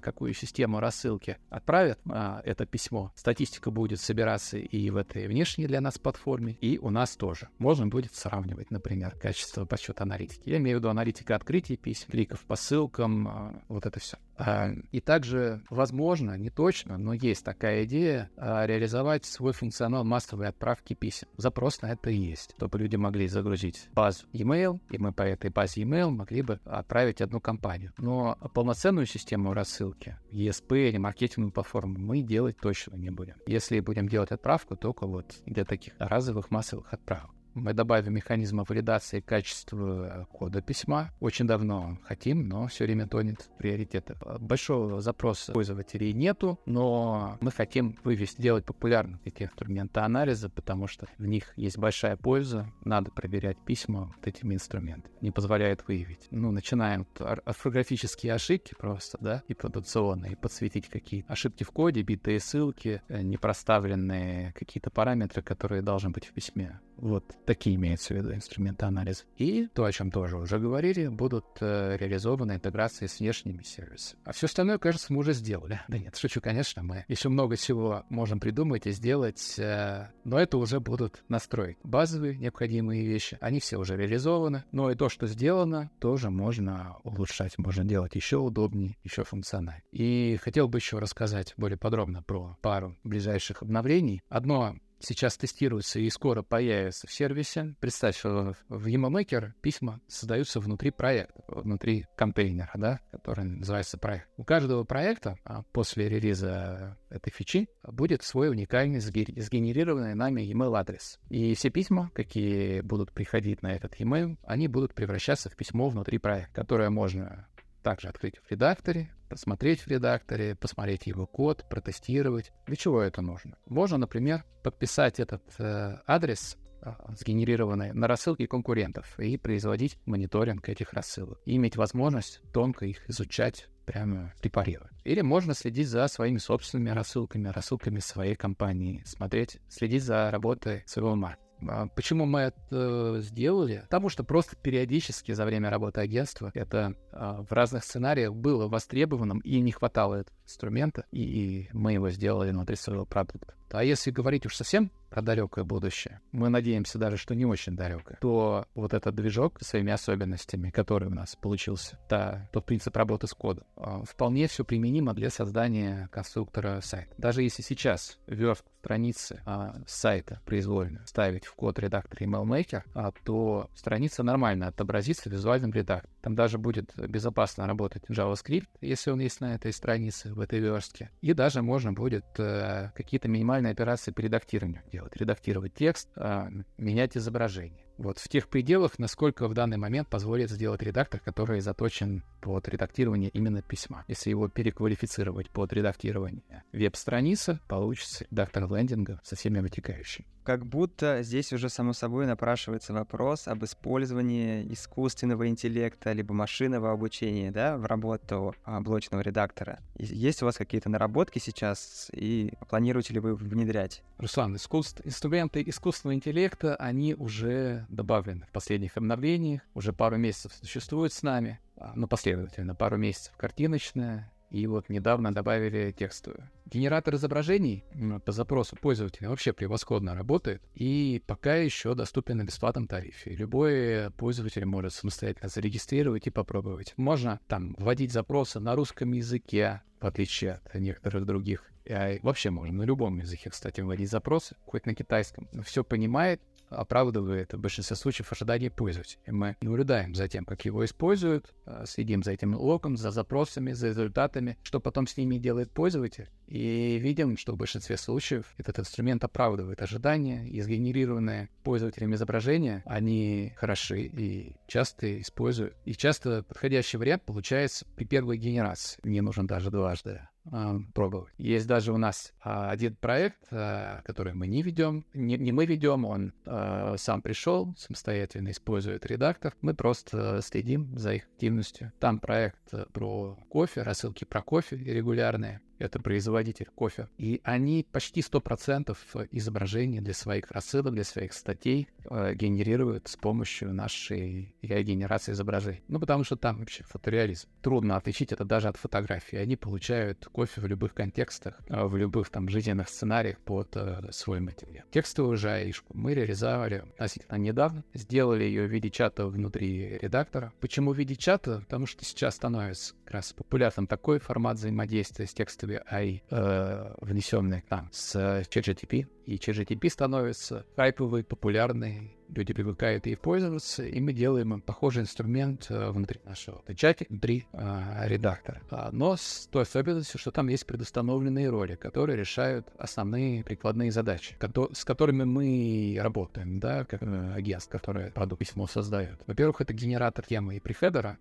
какую систему рассылки отправят а, это письмо, статистика будет собираться и в этой внешней для нас платформе, и у нас тоже. Можно будет сравнивать, например, качество подсчета аналитики. Я имею в виду аналитика открытия писем, кликов по ссылкам, а, вот это все. А, и также, возможно, не точно, но есть такая идея а, реализовать свой функционал массовой отправки писем. Запрос на это есть, чтобы люди могли загрузить базу e-mail, и мы по этой базе e-mail могли бы отправить одну компанию. Но полноценную систему рассылки, и эс пи или маркетинговую платформу мы делать точно не будем. Если будем делать отправку, только вот для таких разовых массовых отправок. Мы добавим механизм валидации качества кода письма. Очень давно хотим, но все время тонет в приоритеты. Большого запроса пользователей нету, но мы хотим вывести, сделать популярны эти инструменты анализа, потому что в них есть большая польза. Надо проверять письма вот этими инструментами. Не позволяет выявить. Ну, начинаем орфографические ошибки просто, да, и продукционные, и подсветить какие-то ошибки в коде, битые ссылки, непроставленные какие-то параметры, которые должны быть в письме. Вот такие имеются в виду инструменты анализа. И то, о чем тоже уже говорили, будут э, реализованы интеграции с внешними сервисами. А все остальное, кажется, мы уже сделали. Да нет, шучу, конечно, мы еще много чего можем придумать и сделать, э, но это уже будут настройки. Базовые необходимые вещи, они все уже реализованы, но и то, что сделано, тоже можно улучшать, можно делать еще удобнее, еще функциональнее. И хотел бы еще рассказать более подробно про пару ближайших обновлений. Одно сейчас тестируется и скоро появится в сервисе. Представь, что в EmoMaker письма создаются внутри проекта, внутри контейнера, да, который называется проект. У каждого проекта после релиза этой фичи будет свой уникальный сгенерированный нами email адрес. И все письма, какие будут приходить на этот email, они будут превращаться в письмо внутри проекта, которое можно также открыть в редакторе, посмотреть в редакторе, посмотреть его код, протестировать. Для чего это нужно? Можно, например, подписать этот э, адрес, э, сгенерированный на рассылки конкурентов, и производить мониторинг этих рассылок. И иметь возможность тонко их изучать, прямо препарировать. Или можно следить за своими собственными рассылками, рассылками своей компании, смотреть, следить за работой своего маркетинга. Почему мы это сделали? Потому что просто периодически за время работы агентства это а, в разных сценариях было востребованным и не хватало этого инструмента, и, и мы его сделали внутри своего продукта. А если говорить уж совсем про далекое будущее, мы надеемся даже, что не очень далекое, то вот этот движок со своими особенностями, который у нас получился, та, тот принцип работы с кодом, вполне все применимо для создания конструктора сайта. Даже если сейчас верстку страницы а, сайта произвольно ставить в код редактора EmailMaker, а, то страница нормально отобразится в визуальном редакторе. Там даже будет безопасно работать JavaScript, если он есть на этой странице, в этой верстке. И даже можно будет а, какие-то минимальные операции по редактированию делать. Редактировать текст, а, менять изображение. Вот в тех пределах, насколько в данный момент позволит сделать редактор, который заточен под редактирование именно письма. Если его переквалифицировать под редактирование веб-страницы, получится редактор лендинга со всеми вытекающими. Как будто здесь уже само собой напрашивается вопрос об использовании искусственного интеллекта либо машинного обучения, да, в работу а, блочного редактора. Есть у вас какие-то наработки сейчас и планируете ли вы внедрять? Руслан, искусств... инструменты искусственного интеллекта, они уже добавлены в последних обновлениях, уже пару месяцев существуют с нами, ну, последовательно, пару месяцев картиночная, и вот недавно добавили текстовую. Генератор изображений по запросу пользователя вообще превосходно работает и пока еще доступен на бесплатном тарифе. Любой пользователь может самостоятельно зарегистрировать и попробовать. Можно там вводить запросы на русском языке, в отличие от некоторых других. И вообще можно на любом языке, кстати, вводить запросы, хоть на китайском. Все понимает, оправдывает в большинстве случаев ожидания пользователя. Мы наблюдаем за тем, как его используют, следим за этим логом, за запросами, за результатами, что потом с ними делает пользователь. И видим, что в большинстве случаев этот инструмент оправдывает ожидания, и сгенерированные пользователем изображения, они хороши и часто используют. И часто подходящий вариант получается при первой генерации. Не нужен даже дважды пробовать. Есть даже у нас а, один проект, а, который мы не ведем, не, не мы ведем, он а, сам пришел, самостоятельно использует редактор, мы просто следим за их активностью. Там проект про кофе, рассылки про кофе регулярные. это производитель кофе. И они почти сто процентов изображений для своих рассылок, для своих статей э, генерируют с помощью нашей генерации изображений. Ну, потому что там вообще фотореализм. Трудно отличить это даже от фотографии. Они получают кофе в любых контекстах, э, в любых там жизненных сценариях под э, свой материал. Текстовую же аишку мы реализовали относительно недавно. Сделали ее в виде чата внутри редактора. Почему в виде чата? Потому что сейчас становится как раз популярным такой формат взаимодействия с текстовой эй ай, э, внесенный к нам с ChatGPT. И ChatGPT становится хайповый, популярный, люди привыкают ей пользоваться, и мы делаем им похожий инструмент э, внутри нашего чата, внутри э, редактора. А, но с той особенностью, что там есть предустановленные роли, которые решают основные прикладные задачи, ко- с которыми мы работаем, да, как э, агентство, которое продукт письмо создает. Во-первых, это генератор темы и прихедера,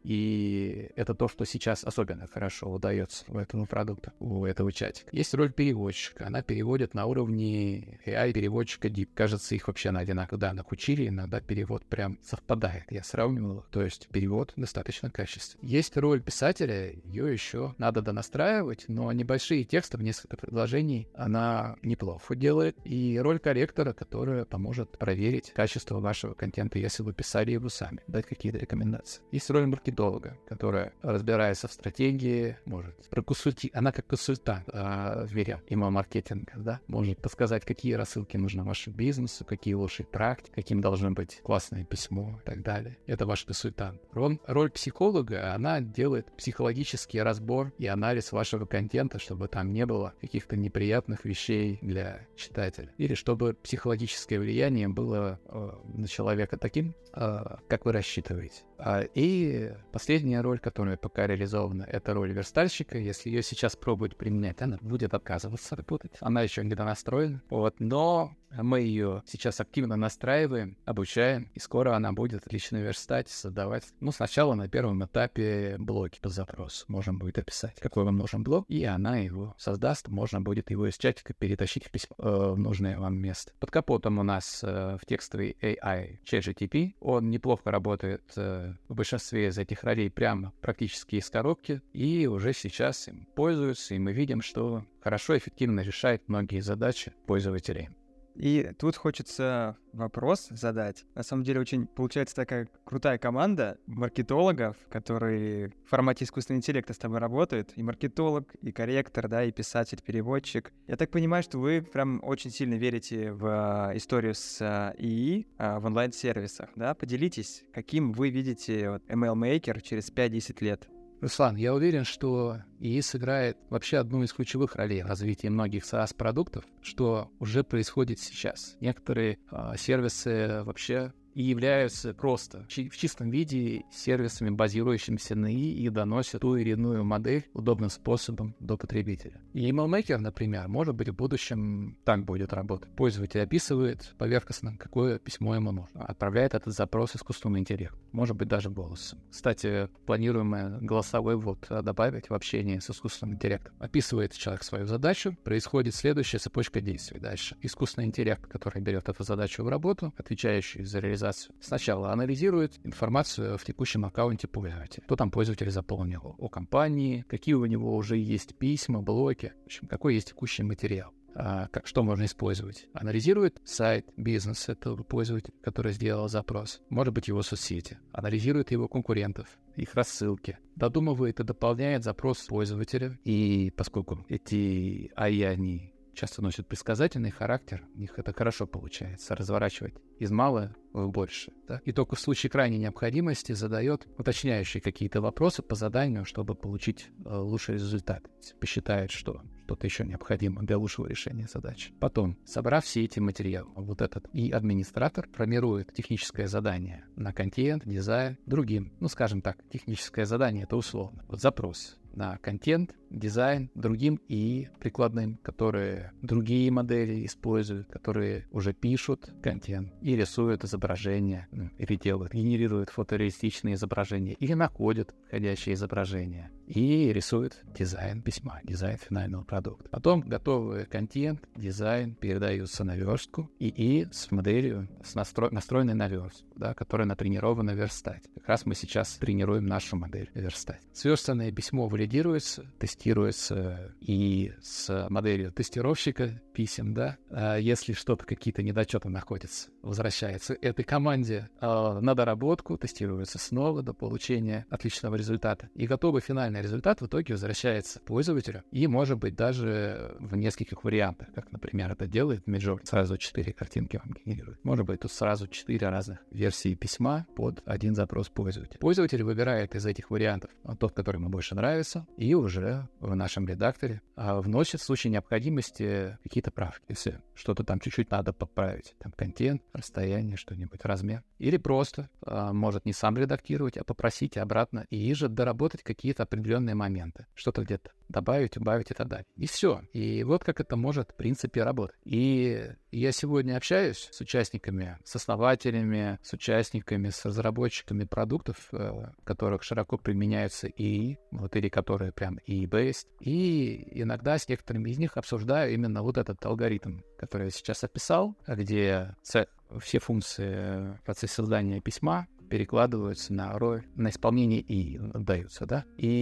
и это то, что сейчас особенно хорошо удается у этого продукта, у этого чатика. Есть роль переводчика, она переводит на уровне эй ай-переводчика Deep. Кажется, их вообще на одинаковых данных учили, иногда перевод прям совпадает. Я сравнивал их, то есть перевод достаточно качественный. Есть роль писателя, ее еще надо донастраивать, но небольшие тексты в несколько предложений она неплохо делает. И роль корректора, которая поможет проверить качество вашего контента, если вы писали его сами, дать какие-то рекомендации. Есть роль маркетолога, которая разбирается в стратегии, может проконсультировать, она как консультант а, в мире email-маркетинга, да, может подсказать, какие рассылки нужны вашему бизнесу, какие лучшие практики, каким должно быть классное письмо и так далее. Это ваш консультант. Роль, роль психолога, она делает психологический разбор и анализ вашего контента, чтобы там не было каких-то неприятных вещей для читателя. Или чтобы психологическое влияние было э, на человека таким, э, как вы рассчитываете. А, и последняя роль, которая пока реализована, это роль верстальщика. Если ее сейчас пробовать применять, она будет отказываться работать. Она еще не донастроена. Вот, но мы ее сейчас активно настраиваем, обучаем, и скоро она будет отлично верстать, создавать. Ну, сначала на первом этапе блоки по запросу. Можно будет описать, какой вам нужен блок, и она его создаст. Можно будет его из чатика перетащить в письмо э, в нужное вам место. Под капотом у нас э, в текстовый эй ай ChatGPT. Он неплохо работает э, в большинстве из этих ролей прямо практически из коробки, и уже сейчас им пользуются, и мы видим, что хорошо, эффективно решает многие задачи пользователей. И тут хочется вопрос задать. На самом деле очень получается такая крутая команда маркетологов, которые в формате искусственного интеллекта с тобой работают. И маркетолог, и корректор, да, и писатель, переводчик. Я так понимаю, что вы прям очень сильно верите в историю с ИИ в онлайн-сервисах, да? Поделитесь, каким вы видите вот, эм эл-мейкер через пять-десять лет. Руслан, я уверен, что ИИ сыграет вообще одну из ключевых ролей в развитии многих SaaS-продуктов, что уже происходит сейчас. Некоторые э, сервисы вообще и являются просто в чистом виде сервисами, базирующимися на ИИ, и доносят ту или иную модель удобным способом до потребителя. И email-maker, например, может быть в будущем так будет работать. Пользователь описывает поверхностно, какое письмо ему нужно, отправляет этот запрос искусственному интеллекту, может быть даже голосом. Кстати, планируем голосовой ввод добавить в общение с искусственным интеллектом. Описывает человек свою задачу, происходит следующая цепочка действий дальше. Искусственный интеллект, который берет эту задачу в работу, отвечающий за реализацию, сначала анализирует информацию в текущем аккаунте пользователя. Что там пользователь заполнил о компании, какие у него уже есть письма, блоки, в общем, какой есть текущий материал. А, как, что можно использовать. Анализирует сайт, бизнес этого пользователя, который сделал запрос. Может быть, его соцсети. Анализирует его конкурентов, их рассылки. Додумывает и дополняет запрос пользователя. И поскольку эти эй ай, они часто носят предсказательный характер, у них это хорошо получается, разворачивать из малого в больше. Да? И только в случае крайней необходимости задает уточняющие какие-то вопросы по заданию, чтобы получить э, лучший результат. Посчитает, что что-то еще необходимо для лучшего решения задачи. Потом, собрав все эти материалы, вот этот и администратор формирует техническое задание на контент, дизайн, другим. Ну, скажем так, техническое задание — это условно. Вот запрос на контент, дизайн, другим и прикладным, которые другие модели используют, которые уже пишут контент и рисуют изображения, ну, или делают, генерируют фотореалистичные изображения, или находят входящие изображения и рисуют дизайн письма, дизайн финального продукта. Потом готовый контент, дизайн передаются на верстку и, и с моделью, с настро... настроенной на верстку, да, которая натренирована верстать. Как раз мы сейчас тренируем нашу модель верстать. Сверстанное письмо валидируется, тестируется, тестируется и с моделью тестировщика писем, да. Если что-то, какие-то недочеты находятся, возвращается этой команде на доработку, тестируется снова до получения отличного результата. И готовый финальный результат в итоге возвращается пользователю. И, может быть, даже в нескольких вариантах, как, например, это делает Midjourney. Сразу четыре картинки вам генерирует. Может быть, тут сразу четыре разных версии письма под один запрос пользователя. Пользователь выбирает из этих вариантов тот, который ему больше нравится, и уже в нашем редакторе вносит в случае необходимости какие-то правки. Если что-то там чуть-чуть надо поправить, там контент, расстояние, что-нибудь, размер. Или просто а, может не сам редактировать, а попросить обратно и же доработать какие-то определенные моменты. Что-то где-то добавить, убавить и так далее. И все. И вот как это может, в принципе, работать. И я сегодня общаюсь с участниками, с основателями, с участниками, с разработчиками продуктов, в которых широко применяются ИИ, вот, или которые прям и и-based. И иногда с некоторыми из них обсуждаю именно вот этот алгоритм, который я сейчас описал, где все функции в процессе создания письма перекладываются на роль, на исполнение и даются, да.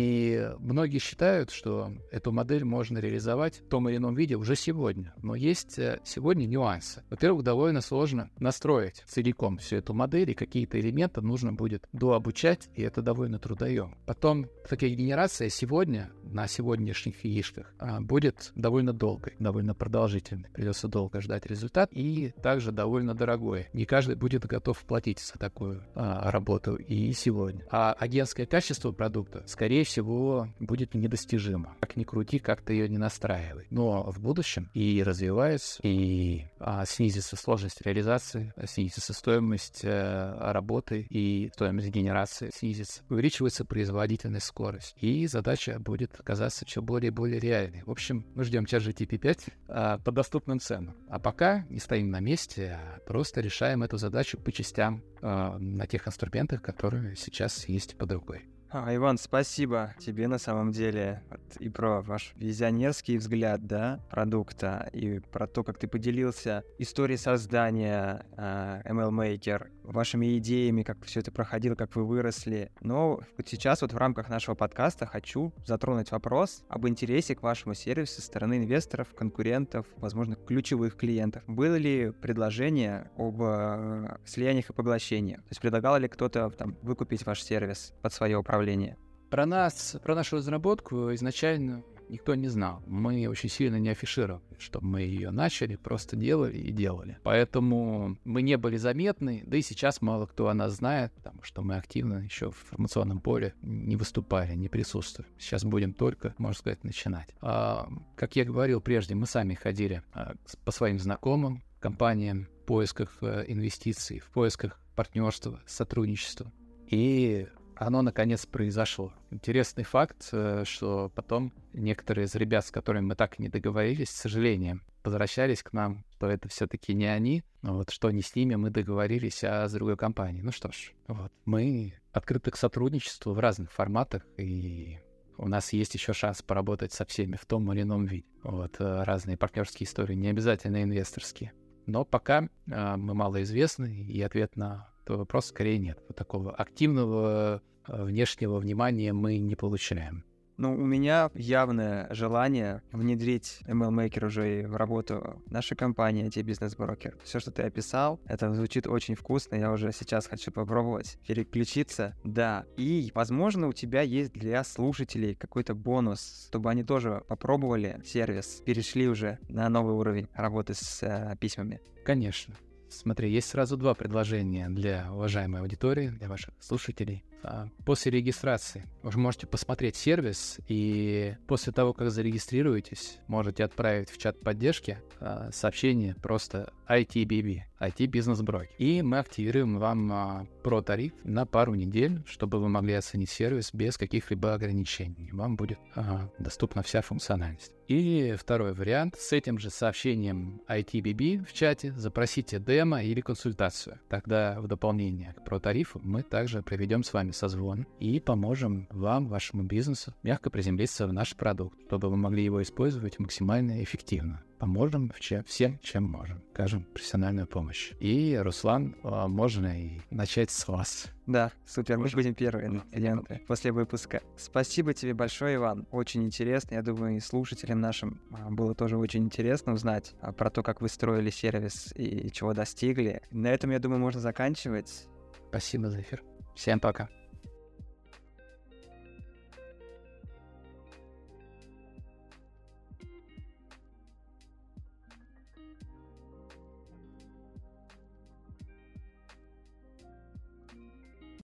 И многие считают, что эту модель можно реализовать в том или ином виде уже сегодня. Но есть сегодня нюансы. Во-первых, довольно сложно настроить целиком всю эту модель, и какие-то элементы нужно будет дообучать, и это довольно трудоемко. Потом такая генерация сегодня, на сегодняшних яичках, будет довольно долгой, довольно продолжительной. Придется долго ждать результат, и также довольно дорогой. Не каждый будет готов платить за такую работу и сегодня. А агентское качество продукта, скорее всего, будет недостижимо. Как ни крути, как ты ее не настраивай. Но в будущем и развивается, и а, снизится сложность реализации, снизится стоимость а, работы, и стоимость генерации снизится. Увеличивается производительность, скорость. И задача будет оказаться все более и более реальной. В общем, мы ждем чат джи ти пи пять а, по доступным ценам. А пока не стоим на месте, а просто решаем эту задачу по частям а, на тех инструментах, которые сейчас есть под рукой. А, Иван, спасибо тебе на самом деле вот, и про ваш визионерский взгляд, да, продукта, и про то, как ты поделился историей создания э, эм эл Maker, вашими идеями, как все это проходило, как вы выросли. Но вот сейчас вот в рамках нашего подкаста хочу затронуть вопрос об интересе к вашему сервису со стороны инвесторов, конкурентов, возможно, ключевых клиентов. Было ли предложение об э, слияниях и поглощениях? То есть предлагал ли кто-то там выкупить ваш сервис под свое управление? Про нас, про нашу разработку изначально никто не знал. Мы очень сильно не афишировали, что мы ее начали, просто делали и делали. Поэтому мы не были заметны, да и сейчас мало кто о нас знает, потому что мы активно еще в информационном поле не выступали, не присутствуем. Сейчас будем только, можно сказать, начинать. А, как я говорил прежде, мы сами ходили а, по своим знакомым компаниям в поисках а, инвестиций, в поисках партнерства, сотрудничества. И оно, наконец, произошло. Интересный факт, что потом некоторые из ребят, с которыми мы так и не договорились, с сожалением, возвращались к нам, что это все-таки не они, вот, что не с ними мы договорились, а с другой компанией. Ну что ж, вот, мы открыты к сотрудничеству в разных форматах, и у нас есть еще шанс поработать со всеми в том или ином виде. Вот, разные партнерские истории, не обязательно инвесторские. Но пока а, мы малоизвестны, и ответ на то вопрос скорее нет. Вот такого активного внешнего внимания мы не получаем. Ну, у меня явное желание внедрить эм эл Maker уже и в работу нашей компании ай ти-бизнес-брокер. Все, что ты описал, это звучит очень вкусно. Я уже сейчас хочу попробовать переключиться. Да, и, возможно, у тебя есть для слушателей какой-то бонус, чтобы они тоже попробовали сервис, перешли уже на новый уровень работы с э, письмами. Конечно. Смотри, есть сразу два предложения для уважаемой аудитории, для ваших слушателей. После регистрации вы можете посмотреть сервис, и после того, как зарегистрируетесь, можете отправить в чат поддержки сообщение просто ай ти би би, ай ти-бизнес-брокер. И мы активируем вам про-тариф на пару недель, чтобы вы могли оценить сервис без каких-либо ограничений. Вам будет а, доступна вся функциональность. И второй вариант. С этим же сообщением ай ти би би в чате запросите демо или консультацию. Тогда в дополнение к про-тарифу мы также проведем с вами вами созвон и поможем вам, вашему бизнесу, мягко приземлиться в наш продукт, чтобы вы могли его использовать максимально эффективно. Поможем в чем, всем, чем можем. Окажем профессиональную помощь. И, Руслан, можно и начать с вас. Да, супер, мы будем первые клиенты после выпуска. Спасибо тебе большое, Иван. Очень интересно. Я думаю, и слушателям нашим было тоже очень интересно узнать про то, как вы строили сервис и чего достигли. На этом, я думаю, можно заканчивать. Спасибо за эфир. Всем пока.